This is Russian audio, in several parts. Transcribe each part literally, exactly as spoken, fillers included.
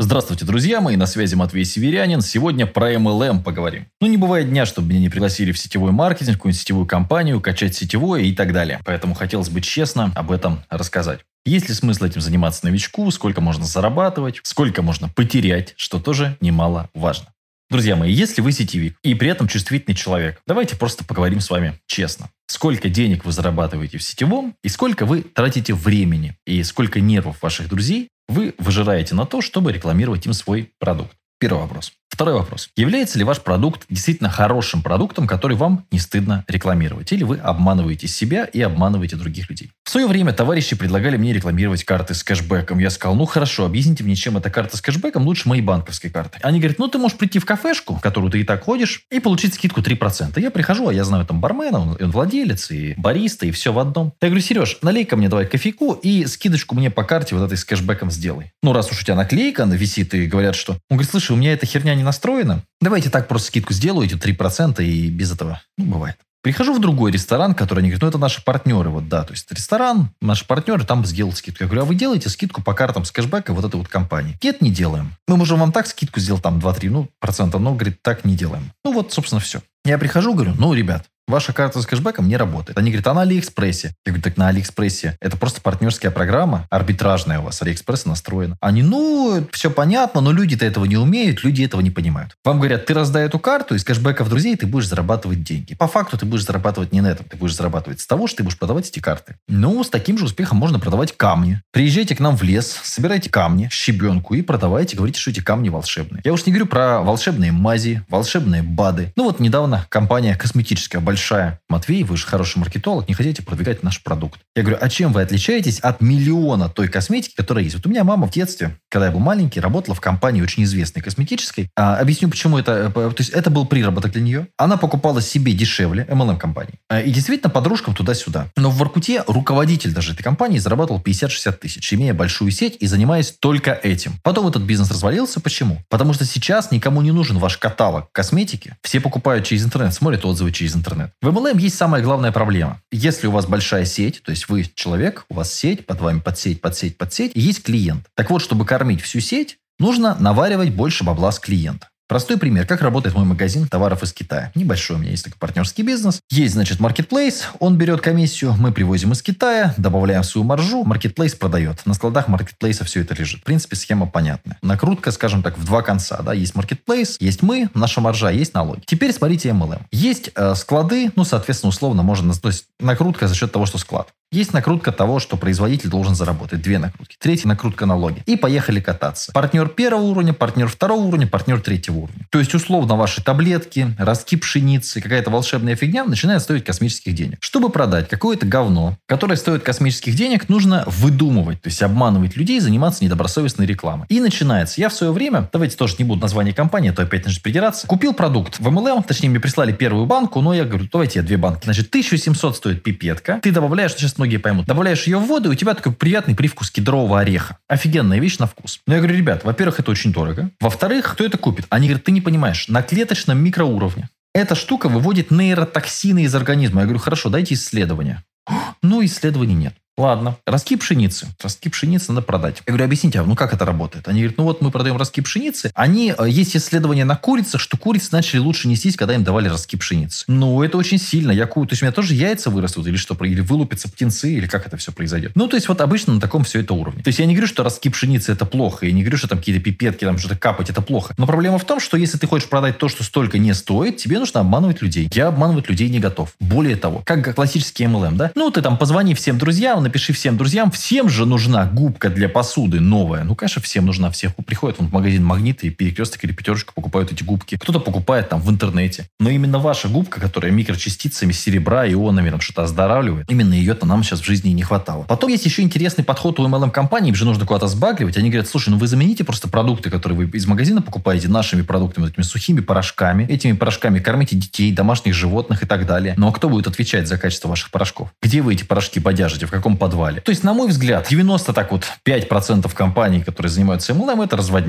Здравствуйте, друзья мои, на связи Матвей Северянин. Сегодня про эм эл эм поговорим. Ну, не бывает дня, чтобы меня не пригласили в сетевой маркетинг, в какую-нибудь сетевую компанию, качать сетевое и так далее. Поэтому хотелось бы честно об этом рассказать. Есть ли смысл этим заниматься новичку, сколько можно зарабатывать, сколько можно потерять, что тоже немаловажно. Друзья мои, если вы сетевик и при этом чувствительный человек, давайте просто поговорим с вами честно. Сколько денег вы зарабатываете в сетевом и сколько вы тратите времени и сколько нервов ваших друзей вы выжираете на то, чтобы рекламировать им свой продукт. Первый вопрос. Второй вопрос. Является ли ваш продукт действительно хорошим продуктом, который вам не стыдно рекламировать? Или вы обманываете себя и обманываете других людей? В свое время товарищи предлагали мне рекламировать карты с кэшбэком. Я сказал, ну хорошо, объясните мне, чем эта карта с кэшбэком лучше моей банковской карты. Они говорят, ну ты можешь прийти в кафешку, в которую ты и так ходишь, и получить скидку три процента. Я прихожу, а я знаю там бармена, он, он владелец, и бариста, и все в одном. Я говорю, Сереж, налей-ка мне давай кофейку и скидочку мне по карте вот этой с кэшбэком сделай. Ну раз уж у тебя наклейка, она висит, и говорят, что... Он говорит, слушай, у меня эта херня не настроена. Давайте так просто скидку сделаю, эти три процента, и без этого. Ну, бывает. Прихожу в другой ресторан, который они говорят, ну, это наши партнеры. Вот, да, то есть ресторан, наши партнеры, там сделал скидку. Я говорю, а вы делаете скидку по картам с кэшбэка вот этой вот компании? Нет, не делаем. Мы можем вам так скидку сделать, там, два-три ну, процента, но, говорит, так не делаем. Ну, вот, собственно, все. Я прихожу, говорю, ну, ребят, ваша карта с кэшбэком не работает. Они говорят, а на Алиэкспрессе? Я говорю, так на Алиэкспрессе это просто партнерская программа, арбитражная у вас, Алиэкспресс настроена. Они, ну, все понятно, но люди-то этого не умеют, люди этого не понимают. Вам говорят, ты раздай эту карту из кэшбэка в друзей, ты будешь зарабатывать деньги. По факту ты будешь зарабатывать не на этом, ты будешь зарабатывать с того, что ты будешь продавать эти карты. Ну, с таким же успехом можно продавать камни. Приезжайте к нам в лес, собирайте камни, щебенку и продавайте, говорите, что эти камни волшебные. Я уж не говорю про волшебные мази, волшебные БАДы. Ну, вот недавно компания косметическая, большая, Матвей, вы же хороший маркетолог, не хотите продвигать наш продукт. Я говорю, а чем вы отличаетесь от миллиона той косметики, которая есть? Вот у меня мама в детстве, когда я был маленький, работала в компании очень известной косметической. А, объясню, почему это. То есть, это был приработок для нее. Она покупала себе дешевле эм эл эм-компании. И действительно подружкам туда-сюда. Но в Воркуте руководитель даже этой компании зарабатывал пятьдесят-шестьдесят тысяч, имея большую сеть и занимаясь только этим. Потом этот бизнес развалился. Почему? Потому что сейчас никому не нужен ваш каталог косметики. Все покупают через интернет, смотрят отзывы через интернет. В эм эл эм есть самая главная проблема. Если у вас большая сеть, то есть вы человек, у вас сеть, под вами подсеть, подсеть, подсеть, и есть клиент. Так вот, чтобы кормить всю сеть, нужно наваривать больше бабла с клиента. Простой пример, как работает мой магазин товаров из Китая. Небольшой у меня есть такой партнерский бизнес. Есть, значит, маркетплейс, он берет комиссию, мы привозим из Китая, добавляем свою маржу, маркетплейс продает. На складах маркетплейса все это лежит. В принципе, схема понятная. Накрутка, скажем так, в два конца. Да? Есть маркетплейс, есть мы, наша маржа, есть налоги. Теперь смотрите эм эл эм. Есть э, склады, ну, соответственно, условно можно... То есть накрутка за счет того, что склад. Есть накрутка того, что производитель должен заработать. Две накрутки. Третья накрутка налоги. И поехали кататься. Партнер первого уровня, партнер второго уровня, партнер третьего уровня. То есть, условно, ваши таблетки, ростки пшеницы, какая-то волшебная фигня начинает стоить космических денег. Чтобы продать какое-то говно, которое стоит космических денег, нужно выдумывать, то есть обманывать людей, заниматься недобросовестной рекламой. И начинается. Я в свое время, давайте тоже не буду название компании, а то опять начнет придираться, купил продукт в эм эл эм, точнее, мне прислали первую банку, но я говорю, давайте я две банки. Значит, тысяча семьсот стоит пипетка. Ты добавляешь, сейчас многие поймут, добавляешь ее в воду, и у тебя такой приятный привкус кедрового ореха. Офигенная вещь на вкус. Но я говорю, ребят, во-первых, это очень дорого. Во-вторых, кто это купит? Они говорят, ты не понимаешь, на клеточном микроуровне эта штука выводит нейротоксины из организма. Я говорю, хорошо, дайте исследования. Ну, исследований нет. Ладно. Ростки пшеницы. Ростки пшеницы надо продать. Я говорю, объясните, а ну как это работает? Они говорят, ну вот мы продаем ростки пшеницы. Они, есть исследования на курицах, что курицы начали лучше нестись, когда им давали ростки пшеницы. Ну, это очень сильно. Я ку... То есть у меня тоже яйца вырастут или что? Или вылупятся птенцы, или как это все произойдет? Ну, то есть вот обычно на таком все это уровне. То есть я не говорю, что ростки пшеницы это плохо. Я не говорю, что там какие-то пипетки, там что-то капать это плохо. Но проблема в том, что если ты хочешь продать то, что столько не стоит, тебе нужно обманывать людей. Я обманывать людей не готов. Более того, как классический эм эл эм, да? Ну, ты там позвони всем друзьям, напиши всем друзьям, всем же нужна губка для посуды новая. Ну, конечно, всем нужна. Все приходят в магазин Магнит и Перекресток или Пятерочка покупают эти губки. Кто-то покупает там в интернете. Но именно ваша губка, которая микрочастицами серебра, ионами, там что-то оздоравливает, именно ее-то нам сейчас в жизни и не хватало. Потом есть еще интересный подход у эм эл эм-компаний, им же нужно куда-то сбагривать. Они говорят, слушай, ну вы замените просто продукты, которые вы из магазина покупаете, нашими продуктами, этими сухими порошками. Этими порошками кормите детей, домашних животных и так далее. Ну, а кто будет отвечать за качество ваших порошков? Где вы эти порошки бодяжите? В каком подвале? То есть, на мой взгляд, девяносто так вот пять процентов компаний, которые занимаются эм эл эм, это разводняк.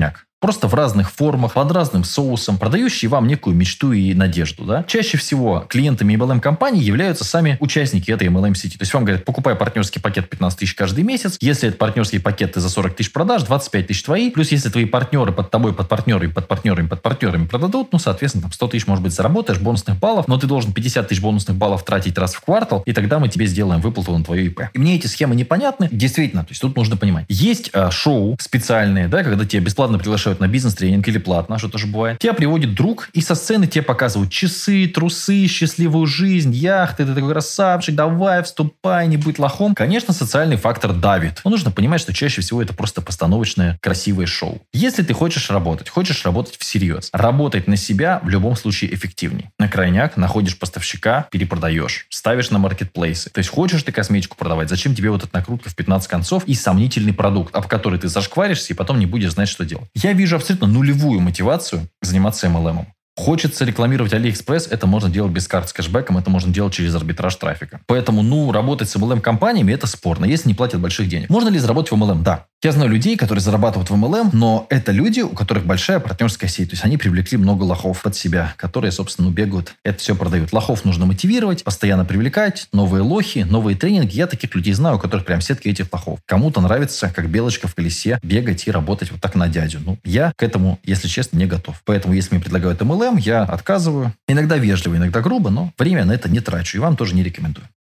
просто в разных формах, под разным соусом, продающие вам некую мечту и надежду. Да? Чаще всего клиентами эм эл эм-компаний являются сами участники этой эм эл эм-сети. То есть вам говорят, покупай партнерский пакет пятнадцать тысяч каждый месяц. Если это партнерский пакет, ты за сорок тысяч продашь, двадцать пять тысяч твои. Плюс если твои партнеры под тобой, под партнерами, под партнерами, под партнерами продадут, ну, соответственно, там сто тысяч, может быть, заработаешь, бонусных баллов, но ты должен пятьдесят тысяч бонусных баллов тратить раз в квартал, и тогда мы тебе сделаем выплату на твое ИП. И мне эти схемы непонятны. Действительно, то есть тут нужно понимать. Есть а, шоу специальные, да, когда тебя бесплатно приглашают на бизнес-тренинг или платно, что тоже бывает. Тебя приводит друг, и со сцены тебе показывают часы, трусы, счастливую жизнь, яхты, ты такой красавчик, давай, вступай, не будь лохом. Конечно, социальный фактор давит. Но нужно понимать, что чаще всего это просто постановочное красивое шоу. Если ты хочешь работать, хочешь работать всерьез, работать на себя в любом случае эффективнее. На крайняк находишь поставщика, перепродаешь, ставишь на маркетплейсы. То есть хочешь ты косметику продавать, зачем тебе вот эта накрутка в пятнадцать концов и сомнительный продукт, об который ты зашкваришься и потом не будешь знать, что делать. Я вижу абсолютно нулевую мотивацию заниматься эм эл эм. Хочется рекламировать Алиэкспресс, это можно делать без карт с кэшбэком, это можно делать через арбитраж трафика. Поэтому, ну, работать с эм эл эм-компаниями это спорно, если не платят больших денег. Можно ли заработать в эм эл эм? Да. Я знаю людей, которые зарабатывают в эм эл эм, но это люди, у которых большая партнерская сеть. То есть они привлекли много лохов под себя, которые, собственно, бегают, это все продают. Лохов нужно мотивировать, постоянно привлекать, новые лохи, новые тренинги. Я таких людей знаю, у которых прям сетки этих лохов. Кому-то нравится, как белочка в колесе, бегать и работать вот так на дядю. Ну, я к этому, если честно, не готов. Поэтому, если мне предлагают эм эл эм, я отказываю. Иногда вежливо, иногда грубо, но время на это не трачу. И вам тоже не рекомендую.